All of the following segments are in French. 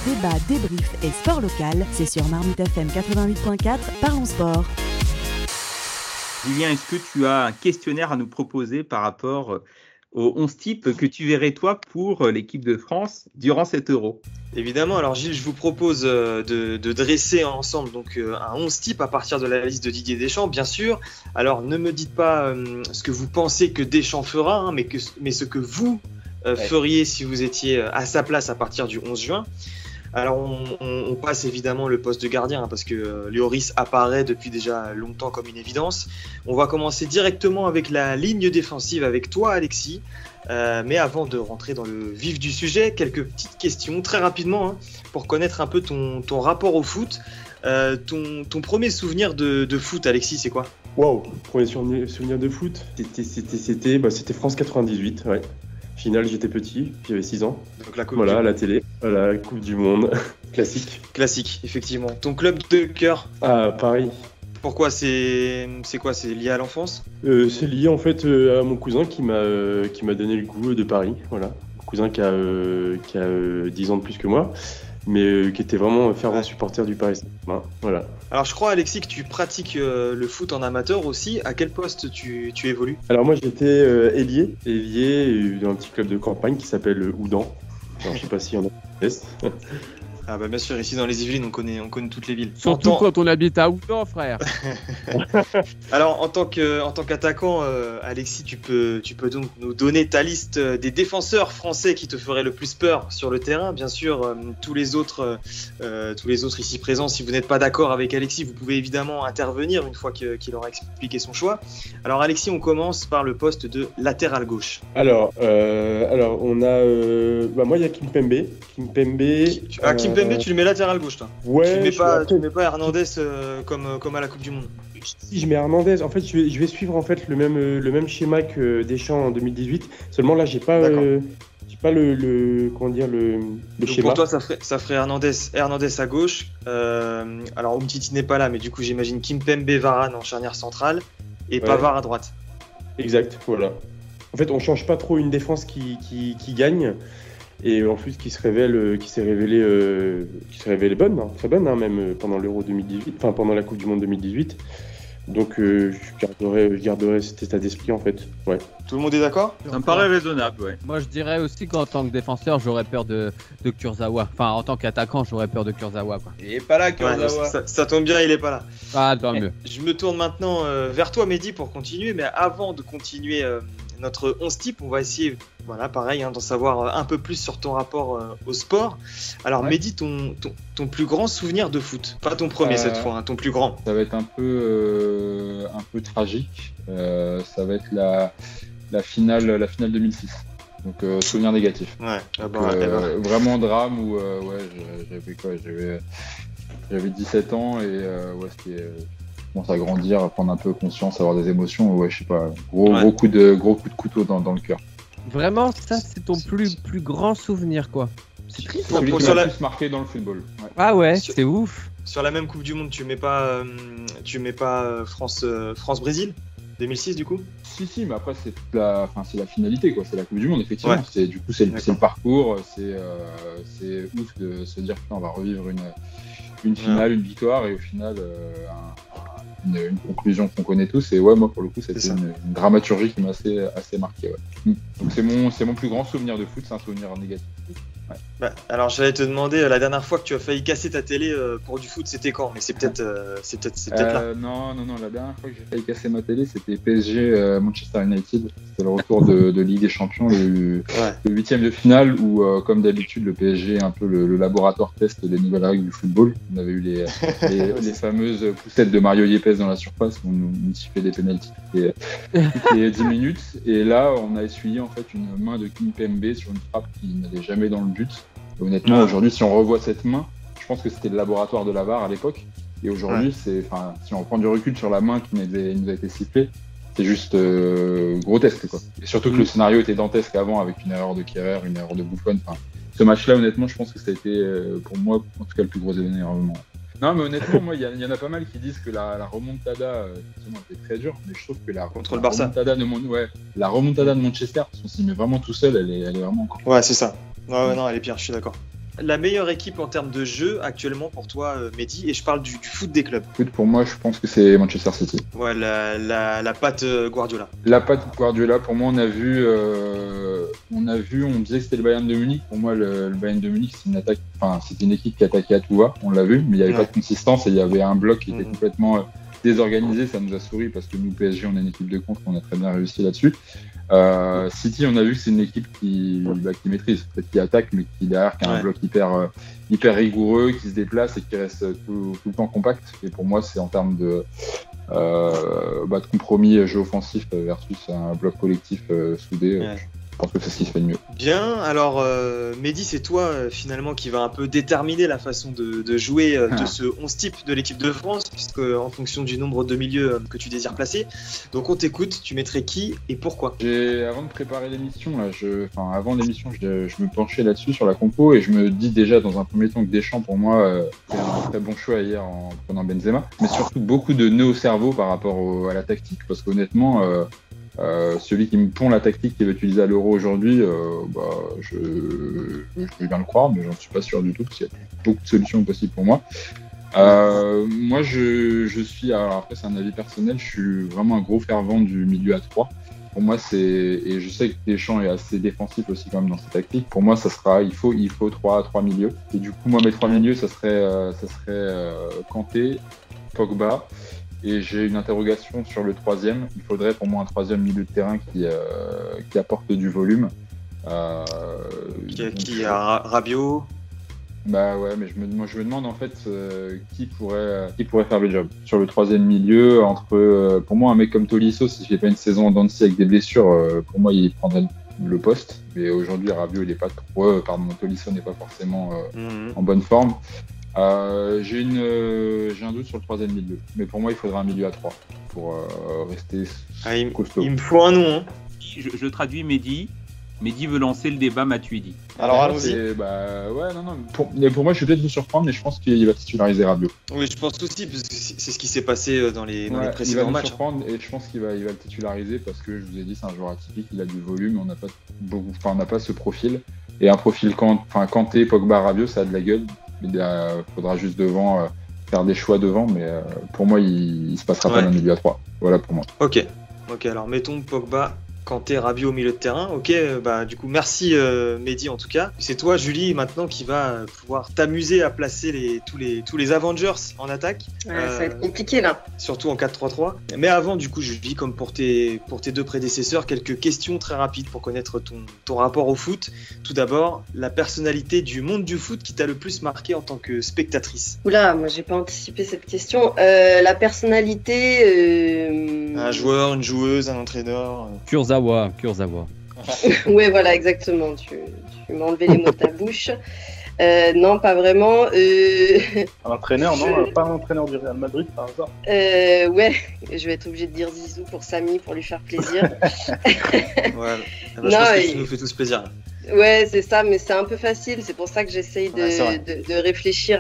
Débat, débrief et sport local, c'est sur Marmite FM 88.4, parlons sport. Julien, est-ce que tu as un questionnaire à nous proposer par rapport aux 11 types que tu verrais toi pour l'équipe de France durant cet Euro? Évidemment, alors Gilles, je vous propose de dresser ensemble donc un 11 type à partir de la liste de Didier Deschamps, bien sûr. Alors ne me dites pas ce que vous pensez que Deschamps fera, hein, mais ce que vous feriez si vous étiez à sa place à partir du 11 juin. Alors on passe évidemment le poste de gardien, hein, parce que Lloris apparaît depuis déjà longtemps comme une évidence. On va commencer directement avec la ligne défensive avec toi, Alexis. Mais avant de rentrer dans le vif du sujet, quelques petites questions très rapidement, hein, pour connaître un peu ton rapport au foot. Ton premier souvenir de foot, Alexis, c'est quoi? Wow, premier souvenir de foot, c'était France 98, ouais. Finale, j'étais petit, j'avais 6 ans. Donc la coupe à la télé, la Coupe du Monde, classique, effectivement. Ton club de cœur? Ah, Paris. Pourquoi? C'est quoi? C'est lié à l'enfance? C'est lié en fait à mon cousin qui m'a donné le goût de Paris. Voilà, mon cousin qui a 10 ans de plus que moi, mais qui était vraiment fervent supporter du Paris Saint-Germain. Voilà. Alors je crois, Alexis, que tu pratiques le foot en amateur aussi. À quel poste tu évolues? Alors moi j'étais ailier dans un petit club de campagne qui s'appelle Houdan. Alors, je sais pas si on a test. Ah bah bien sûr, ici dans les Yvelines, on connaît toutes les villes. Surtout quand on habite à Houdan, frère. Alors en tant qu'attaquant, Alexis, tu peux donc nous donner ta liste des défenseurs français qui te feraient le plus peur sur le terrain. Bien sûr, tous les autres ici présents, si vous n'êtes pas d'accord avec Alexis, vous pouvez évidemment intervenir une fois qu'il aura expliqué son choix. Alors Alexis, on commence par le poste de latéral gauche. Alors on a, moi il y a Kimpembe. Kimpembe, tu le mets latéral gauche, toi. Ouais. Tu mets pas Hernandez comme à la Coupe du Monde. Si je mets Hernandez, en fait, je vais suivre en fait le même schéma que Deschamps en 2018. Seulement là, j'ai pas le schéma. Pour toi, ça ferait Hernandez à gauche. Alors Umtiti n'est pas là, mais du coup, j'imagine Kimpembe, Varane en charnière centrale et Pavard à droite. Exact, voilà. En fait, on change pas trop une défense qui gagne. Et en plus qui s'est révélée bonne, hein, très bonne, hein, même pendant l'Euro 2018, enfin pendant la Coupe du Monde 2018. Donc je garderai cet état d'esprit en fait. Ouais. Tout le monde est d'accord? Ça me paraît raisonnable, ouais. Moi je dirais aussi qu'en tant que défenseur, j'aurais peur de Kurzawa. Enfin en tant qu'attaquant, j'aurais peur de Kurzawa, quoi. Il est pas là, Kurzawa. Ça tombe bien, il est pas là. Ah, tant mieux. Je me tourne maintenant vers toi, Mehdi, pour continuer. Mais avant de continuer notre 11 type, on va essayer, voilà, pareil, hein, d'en savoir un peu plus sur ton rapport au sport. Alors, Mehdi, ton plus grand souvenir de foot, pas ton premier cette fois, hein, ton plus grand. Ça va être un peu tragique. Ça va être la finale 2006. Donc souvenir négatif. Vraiment drame où j'avais 17 ans et c'était je commence à grandir, à prendre un peu conscience, avoir des émotions. Je sais pas, gros coup de couteau dans le cœur. Vraiment, ça c'est ton plus grand souvenir, quoi. C'est triste. Celui qui m'a le plus marqué dans le football. Ouais. Ah ouais, c'est ouf. Sur la même Coupe du Monde, tu mets pas France-Brésil 2006 du coup? Si, mais après c'est la finalité, quoi. C'est la Coupe du Monde, effectivement. Ouais. C'est le parcours. C'est ouf de se dire qu'on va revivre une finale, une victoire et au final une conclusion qu'on connaît tous. Et moi pour le coup c'était une dramaturgie qui m'a assez marqué. Ouais. Donc c'est mon plus grand souvenir de foot, c'est un souvenir négatif. Ouais. Bah, alors j'allais te demander, la dernière fois que tu as failli casser ta télé pour du foot, c'était quand? Mais c'est peut-être là. Non, la dernière fois que j'ai failli casser ma télé, c'était PSG Manchester United. C'était le retour de Ligue des Champions, le 8e de finale où, comme d'habitude, le PSG est un peu le laboratoire test des nouvelles règles du football. On avait eu les fameuses poussettes de Mario Yepes dans la surface où on nous sifflait des pénaltys toutes les 10 minutes. Et là, on a essuyé en fait une main de Kimpembe sur une frappe qui n'allait jamais dans le but. Et honnêtement, aujourd'hui, si on revoit cette main, je pense que c'était le laboratoire de la VAR à l'époque. Et aujourd'hui, si on prend du recul sur la main qui nous a été sifflée, c'est juste grotesque, quoi. Et surtout que le scénario était dantesque avant, avec une erreur de Kehrer, une erreur de Buffon. Enfin, ce match-là, honnêtement, je pense que ça a été, pour moi, en tout cas, le plus gros événement. Non, mais honnêtement, moi, il y en a pas mal qui disent que la remontada, effectivement, était très dure, mais je trouve que contre le Barça, la remontada de Manchester, si on s'y met vraiment tout seul, elle est vraiment encore. Ouais, c'est ça. Ouais, non, elle est pire, je suis d'accord. la meilleure équipe en termes de jeu actuellement pour toi, Mehdi, et je parle du foot des clubs. Pour moi, je pense que c'est Manchester City. Ouais, la patte Guardiola. La patte Guardiola, pour moi, on disait que c'était le Bayern de Munich. Pour moi, le Bayern de Munich, c'était une équipe qui attaquait à tout va, on l'a vu, mais il n'y avait pas de consistance et il y avait un bloc qui était complètement désorganisé. Ça nous a souri parce que nous, PSG, on est une équipe de contre, on a très bien réussi là-dessus. City, on a vu que c'est une équipe qui maîtrise, peut-être qui attaque, mais qui derrière qui a un bloc hyper rigoureux, qui se déplace et qui reste tout le temps compact. Et pour moi, c'est en termes de compromis jeu offensif versus un bloc collectif soudé. Je pense que c'est ce qui se fait de mieux. Bien, alors Mehdi, c'est toi finalement qui va un peu déterminer la façon de jouer de ce 11 type de l'équipe de France, puisque en fonction du nombre de milieux que tu désires placer. Donc on t'écoute, tu mettrais qui et pourquoi? Avant de préparer l'émission, avant l'émission, je me penchais là-dessus sur la compo et je me dis déjà dans un premier temps que Deschamps pour moi c'est un très bon choix hier en prenant Benzema, mais surtout beaucoup de nœuds au cerveau par rapport à la tactique, parce qu'honnêtement celui qui me pond la tactique qu'il va utiliser à l'Euro aujourd'hui, je viens le croire, mais j'en suis pas sûr du tout parce qu'il y a beaucoup de solutions possibles pour moi. Moi, je suis, alors après c'est un avis personnel, je suis vraiment un gros fervent du milieu à 3. Pour moi, et je sais que Deschamps est assez défensif aussi quand même dans ses tactiques. Pour moi, il faut 3 milieux. Et du coup, moi, mes 3 milieux, ça serait Kanté, Pogba. Et j'ai une interrogation sur le troisième. Il faudrait pour moi un troisième milieu de terrain qui apporte du volume. Qui a Rabiot. Bah ouais, mais je me demande en fait qui pourrait faire le job sur le troisième milieu. Pour moi, un mec comme Tolisso, si je n'ai pas une saison en Dancy avec des blessures, pour moi il prendrait le poste. Mais aujourd'hui, Rabiot il est pas trop. Tolisso n'est pas forcément en bonne forme. J'ai un doute sur le troisième milieu, mais pour moi il faudra un milieu à 3 pour rester costaud. Il me faut un nom. Je traduis Mehdi. Mehdi veut lancer le débat Matuidi. Alors allons-y. Pour moi je vais peut-être vous surprendre, mais je pense qu'il va titulariser Rabiot. Oui, je pense aussi, parce que c'est ce qui s'est passé dans les précédents matchs. Il va nous surprendre et je pense qu'il va le titulariser parce que je vous ai dit c'est un joueur atypique, il a du volume, on n'a pas ce profil. Et un profil Kanté, Pogba, Rabiot, ça a de la gueule. Il faudra juste faire des choix devant, mais pour moi, il se passera pas dans le milieu à 3. Voilà pour moi. Ok, alors mettons Pogba, Kanté, Rabiot au milieu de terrain. Ok, du coup, merci Mehdi en tout cas. C'est toi, Julie, maintenant qui va pouvoir t'amuser à placer tous les Avengers en attaque. Ça va être compliqué là. Surtout en 4-3-3. Mais avant, du coup, Julie, comme pour tes deux prédécesseurs, quelques questions très rapides pour connaître ton rapport au foot. Tout d'abord, la personnalité du monde du foot qui t'a le plus marqué en tant que spectatrice. Oula, moi j'ai pas anticipé cette question. La personnalité. Un joueur, une joueuse, un entraîneur. Kurzawa. Ouais, voilà, exactement. Tu m'as enlevé les mots de ta bouche. Non, pas vraiment. Un entraîneur, non? Pas un entraîneur du Real Madrid, par hasard? Ouais, je vais être obligée de dire Zizou pour Samy, pour lui faire plaisir. Ouais. Je pense que ça nous fait tous plaisir. Ouais, c'est ça, mais c'est un peu facile. C'est pour ça que j'essaye de réfléchir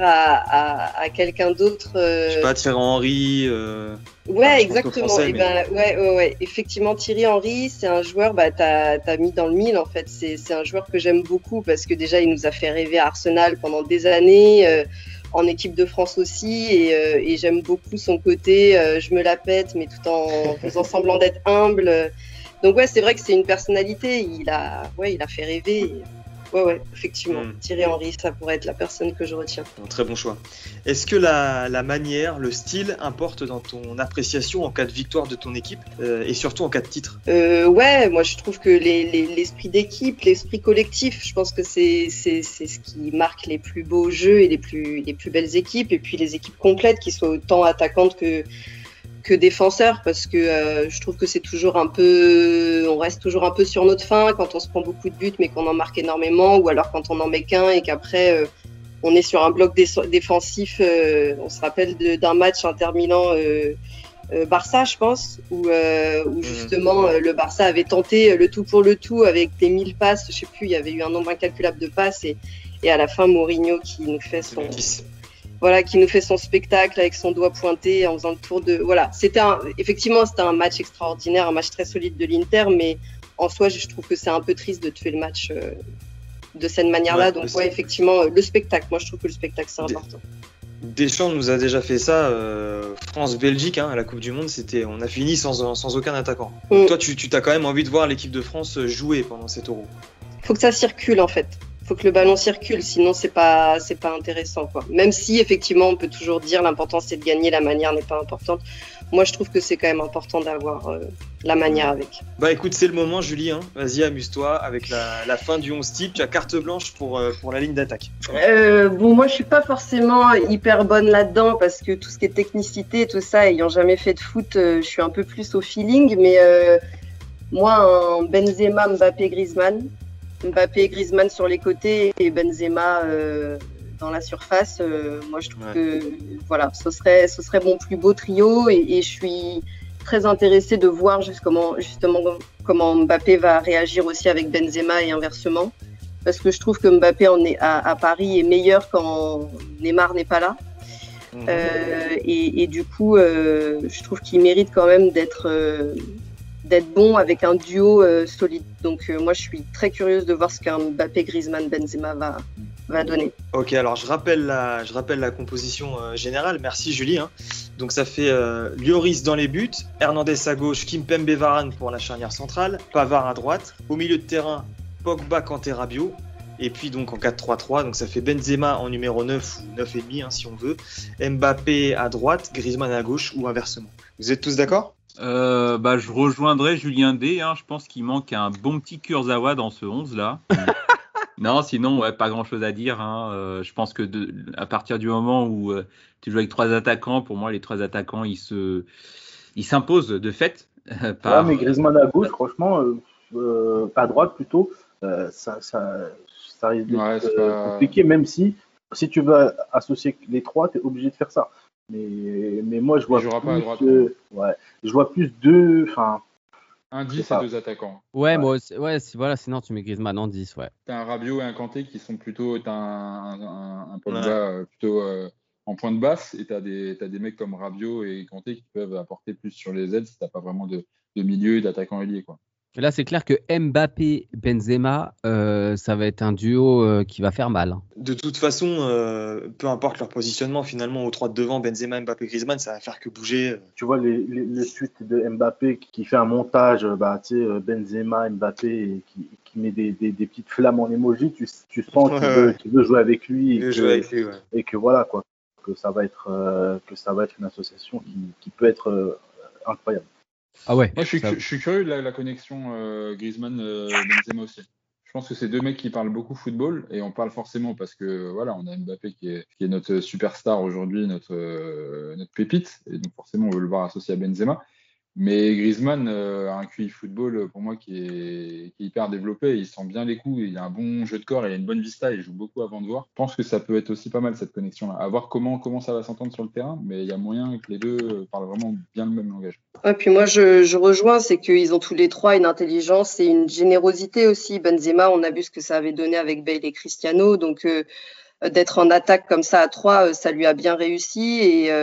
à quelqu'un d'autre. Je sais pas, Thierry Henry. Ouais, exactement. Français, ouais. Effectivement, Thierry Henry, c'est un joueur, t'as mis dans le mille en fait. C'est un joueur que j'aime beaucoup parce que déjà, il nous a fait rêver à Arsenal pendant des années, en équipe de France aussi, et j'aime beaucoup son côté. Je me la pète, mais tout en faisant semblant d'être humble. Donc ouais, c'est vrai que c'est une personnalité. Il a fait rêver. Ouais, effectivement. Thierry Henry, ça pourrait être la personne que je retiens. Très bon choix. Est-ce que la manière, le style importe dans ton appréciation en cas de victoire de ton équipe et surtout en cas de titre? Ouais, moi je trouve que l'esprit d'équipe, l'esprit collectif, je pense que c'est ce qui marque les plus beaux jeux et les plus belles équipes, et puis les équipes complètes qui soient autant attaquantes que défenseur, parce que je trouve que c'est toujours on reste toujours un peu sur notre faim quand on se prend beaucoup de buts mais qu'on en marque énormément, ou alors quand on en met qu'un et qu'après on est sur un bloc défensif. On se rappelle d'un match Inter Milan Barça, je pense, où justement le Barça avait tenté le tout pour le tout avec des 1000 passes, je sais plus, il y avait eu un nombre incalculable de passes, et à la fin Mourinho qui nous fait son spectacle avec son doigt pointé en faisant le tour de... Voilà, effectivement, c'était un match extraordinaire, un match très solide de l'Inter, mais en soi, je trouve que c'est un peu triste de tuer le match de cette manière-là. Ouais, Donc, aussi. ouais, effectivement, le spectacle. Moi, je trouve que le spectacle, c'est important. Deschamps nous a déjà fait ça, France-Belgique, à la Coupe du Monde, on a fini sans aucun attaquant. Donc toi, tu t'as quand même envie de voir l'équipe de France jouer pendant cet Euro. Faut que ça circule, en fait. Faut que le ballon circule, sinon c'est pas intéressant, quoi. Même si, effectivement, on peut toujours dire l'important c'est de gagner, la manière n'est pas importante. Moi, je trouve que c'est quand même important d'avoir la manière avec. Bah écoute, c'est le moment, Julie. Vas-y, amuse-toi avec la fin du 11 type. Tu as carte blanche pour la ligne d'attaque. Bon, moi, je suis pas forcément hyper bonne là-dedans parce que tout ce qui est technicité, tout ça, ayant jamais fait de foot, je suis un peu plus au feeling. Mais moi, un Benzema, Mbappé, Griezmann. Mbappé et Griezmann sur les côtés et Benzema dans la surface. Moi, je trouve que voilà, ce serait mon plus beau trio et je suis très intéressée de voir justement comment Mbappé va réagir aussi avec Benzema et inversement. Parce que je trouve que Mbappé à Paris est meilleur quand Neymar n'est pas là. Et du coup, je trouve qu'il mérite quand même d'être bon avec un duo solide. Donc moi, je suis très curieuse de voir ce qu'un Mbappé, Griezmann, Benzema va donner. Ok, alors je rappelle la composition générale. Merci Julie. Donc ça fait Lloris dans les buts, Hernandez à gauche, Kimpembe, Varane pour la charnière centrale, Pavard à droite, au milieu de terrain, Pogba, Kanté, Rabiot. Et puis donc en 4-3-3, donc ça fait Benzema en numéro 9 ou 9,5 si on veut, Mbappé à droite, Griezmann à gauche ou inversement. Vous êtes tous d'accord ? Je rejoindrai Julien D. Je pense qu'il manque un bon petit Kurzawa dans ce 11-là. Non, sinon, pas grand-chose à dire. Je pense que à partir du moment où tu joues avec 3 attaquants, pour moi, les 3 attaquants, ils s'imposent de fait. Ouais, mais Griezmann à gauche, franchement, à droite plutôt, ça risque d'être compliqué, même si tu veux associer les 3, tu es obligé de faire ça. Mais moi, je vois je vois plus deux. Un 10 et 2 attaquants. Ouais, moi aussi, voilà, sinon tu mets Griezmann en 10, ouais. T'as un Rabiot et un Kanté qui sont plutôt. T'as un Pogba plutôt en pointe basse, et t'as des mecs comme Rabiot et Kanté qui peuvent apporter plus sur les ailes si t'as pas vraiment de milieu et d'attaquant ailier, quoi. Là, c'est clair que Mbappé, Benzema, ça va être un duo qui va faire mal. De toute façon, peu importe leur positionnement, finalement, aux 3 de devant, Benzema, Mbappé, Griezmann, ça va faire que bouger. Tu vois, les suites de Mbappé qui fait un montage, Benzema, Mbappé, et qui met des petites flammes en emoji, tu sens qu'il veut jouer avec lui. Et que voilà, quoi, que ça va être une association qui peut être incroyable. Ah ouais. Moi, je suis curieux de la connexion Griezmann-Benzema aussi. Je pense que c'est 2 mecs qui parlent beaucoup football, et on parle forcément parce que voilà, on a Mbappé qui est notre superstar aujourd'hui, notre pépite, et donc forcément on veut le voir associé à Benzema. Mais Griezmann a un QI football pour moi qui est hyper développé. Il sent bien les coups, il a un bon jeu de corps, il a une bonne vista, il joue beaucoup avant de voir. Je pense que ça peut être aussi pas mal cette connexion-là. À voir comment ça va s'entendre sur le terrain, mais il y a moyen que les deux parlent vraiment bien le même langage. Ouais, puis moi je rejoins, c'est qu'ils ont tous les 3 une intelligence et une générosité aussi. Benzema, on a vu ce que ça avait donné avec Bale et Cristiano, donc d'être en attaque comme ça à 3, ça lui a bien réussi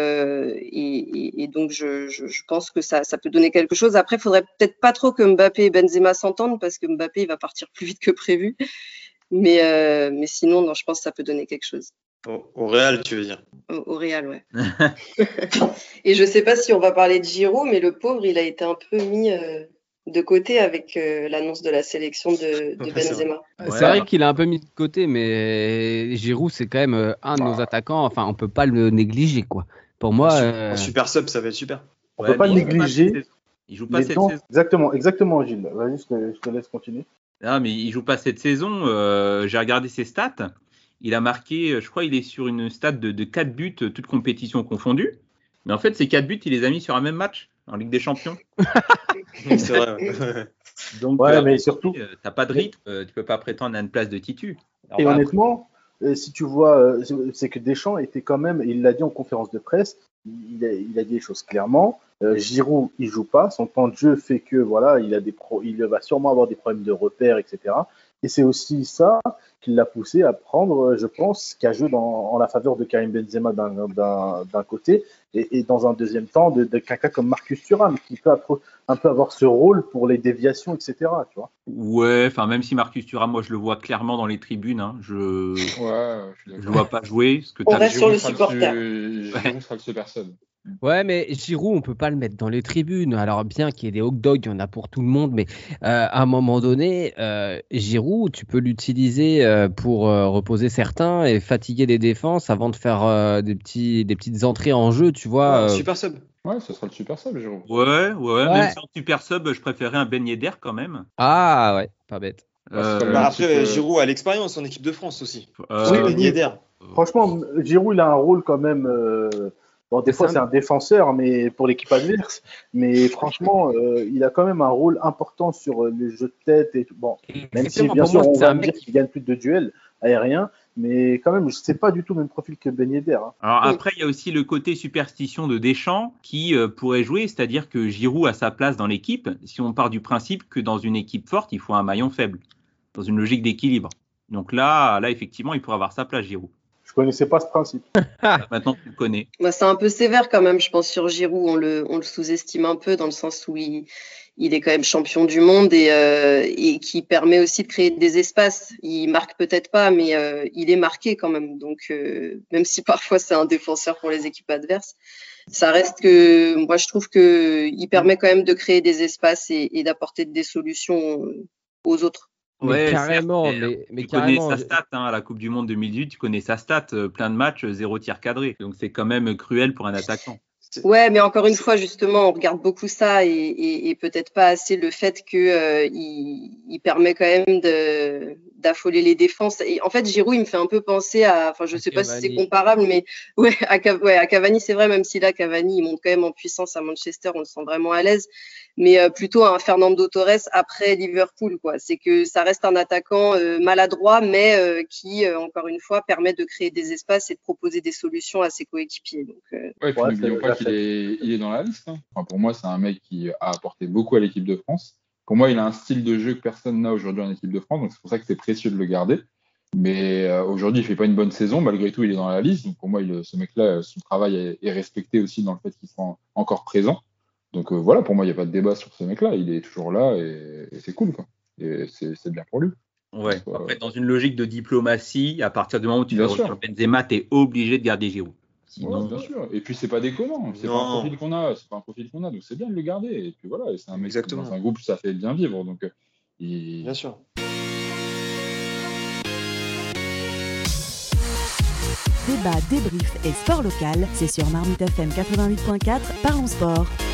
et donc je pense que ça peut donner quelque chose. Après, il faudrait peut-être pas trop que Mbappé et Benzema s'entendent parce que Mbappé il va partir plus vite que prévu. Mais sinon, non, je pense que ça peut donner quelque chose. Au Real, tu veux dire? Au Real, ouais. Et je sais pas si on va parler de Giroud, mais le pauvre, il a été un peu mis de côté avec l'annonce de la sélection de Benzema. C'est vrai qu'il a un peu mis de côté, mais Giroud, c'est quand même un de nos attaquants. Enfin, on peut pas le négliger, quoi. Pour moi, un super sub, ça va être super. On peut pas le négliger. Il joue pas cette saison. Exactement, Gilles. Vas-y, je te laisse continuer. Non, mais il joue pas cette saison. J'ai regardé ses stats. Il a marqué, je crois, il est sur une stat de 4 buts, toutes compétitions confondues. Mais en fait, ces 4 buts, il les a mis sur un même match en Ligue des Champions. C'est vrai. Ouais. Donc, mais surtout, t'as pas de rythme, tu peux pas prétendre à une place de titu. Alors, et honnêtement, si tu vois, c'est que Deschamps était quand même, il l'a dit en conférence de presse, il a dit les choses clairement. Giroud, il joue pas. Son temps de jeu fait que voilà, il va sûrement avoir des problèmes de repères, etc. Et c'est aussi ça qui l'a poussé à prendre, je pense, qu'à jouer en la faveur de Karim Benzema d'un côté et dans un deuxième temps de quelqu'un comme Marcus Thuram qui peut un peu avoir ce rôle pour les déviations, etc. Tu vois. Ouais, enfin même si Marcus Thuram, moi je le vois clairement dans les tribunes. Hein, je le vois pas jouer. On reste sur le supporter. Giroud sera le seul personne. Ouais, mais Giroud, on peut pas le mettre dans les tribunes. Alors bien qu'il y ait des hot dogs, il y en a pour tout le monde, mais à un moment donné, Giroud, tu peux l'utiliser pour reposer certains et fatiguer les défenses avant de faire des petites entrées en jeu, tu vois. Super sub. Ouais, ce sera le super sub, Giroud. Ouais. Même sans super sub, je préférais un Ben Yedder quand même. Ah ouais, pas bête. Après, Giroud a l'expérience en équipe de France aussi. Ben Yedder. Franchement, Giroud, il a un rôle quand même. Bon, des fois, c'est un défenseur, mais pour l'équipe adverse. Mais franchement, il a quand même un rôle important sur les jeux de tête et tout. Bon, même si, bien sûr, on va me dire qu'il gagne plus de duels aériens, mais quand même, c'est pas du tout le même profil que Ben Yedder. Hein. Alors après, il y a aussi le côté superstition de Deschamps qui pourrait jouer, c'est-à-dire que Giroud a sa place dans l'équipe. Si on part du principe que dans une équipe forte, il faut un maillon faible, dans une logique d'équilibre. Donc là, effectivement, il pourrait avoir sa place, Giroud. Je connaissais pas ce principe. Maintenant, tu le connais. Bah, c'est un peu sévère quand même, je pense, sur Giroud. On le sous-estime un peu dans le sens où il est quand même champion du monde et qui permet aussi de créer des espaces. Il marque peut-être pas, mais il est marqué quand même. Donc, même si parfois c'est un défenseur pour les équipes adverses, ça reste que moi, je trouve qu'il permet quand même de créer des espaces et d'apporter des solutions aux autres. Mais carrément, mais tu connais sa stat à la Coupe du Monde 2018, tu connais sa stat, plein de matchs, 0 tir cadré. Donc c'est quand même cruel pour un attaquant. Ouais, mais encore une fois, justement, on regarde beaucoup ça et peut-être pas assez le fait que il permet quand même d'affoler les défenses. Et en fait, Giroud, il me fait un peu penser je sais pas si c'est comparable, mais à Cavani, c'est vrai, même si là, Cavani, il monte quand même en puissance à Manchester, on le sent vraiment à l'aise. Mais plutôt un Fernando Torres après Liverpool, quoi. C'est que ça reste un attaquant maladroit, mais qui, encore une fois, permet de créer des espaces et de proposer des solutions à ses coéquipiers. Donc, puis n'oublions pas qu'il est dans la liste. Hein. Enfin, pour moi, c'est un mec qui a apporté beaucoup à l'équipe de France. Pour moi, il a un style de jeu que personne n'a aujourd'hui en équipe de France, donc c'est pour ça que c'est précieux de le garder. Mais aujourd'hui, il fait pas une bonne saison. Malgré tout, il est dans la liste. Donc pour moi, ce mec-là, son travail est respecté aussi dans le fait qu'il soit encore présent. Donc voilà, pour moi, il n'y a pas de débat sur ce mec-là. Il est toujours là et c'est cool, quoi. Et c'est bien pour lui. Ouais. Donc, après, dans une logique de diplomatie, à partir du moment où tu vas sur Benzema, tu es obligé de garder Giroud. Sinon... Ouais, bien sûr. Et puis, c'est pas déconnant. C'est pas un profil qu'on a. C'est pas un profil qu'on a. Donc, c'est bien de le garder. Et puis voilà, c'est un mec qui, dans un groupe, ça fait bien vivre. Donc, bien sûr. Débat, débrief et sport local, c'est sur Marmite FM 88.4, Parlons Sport.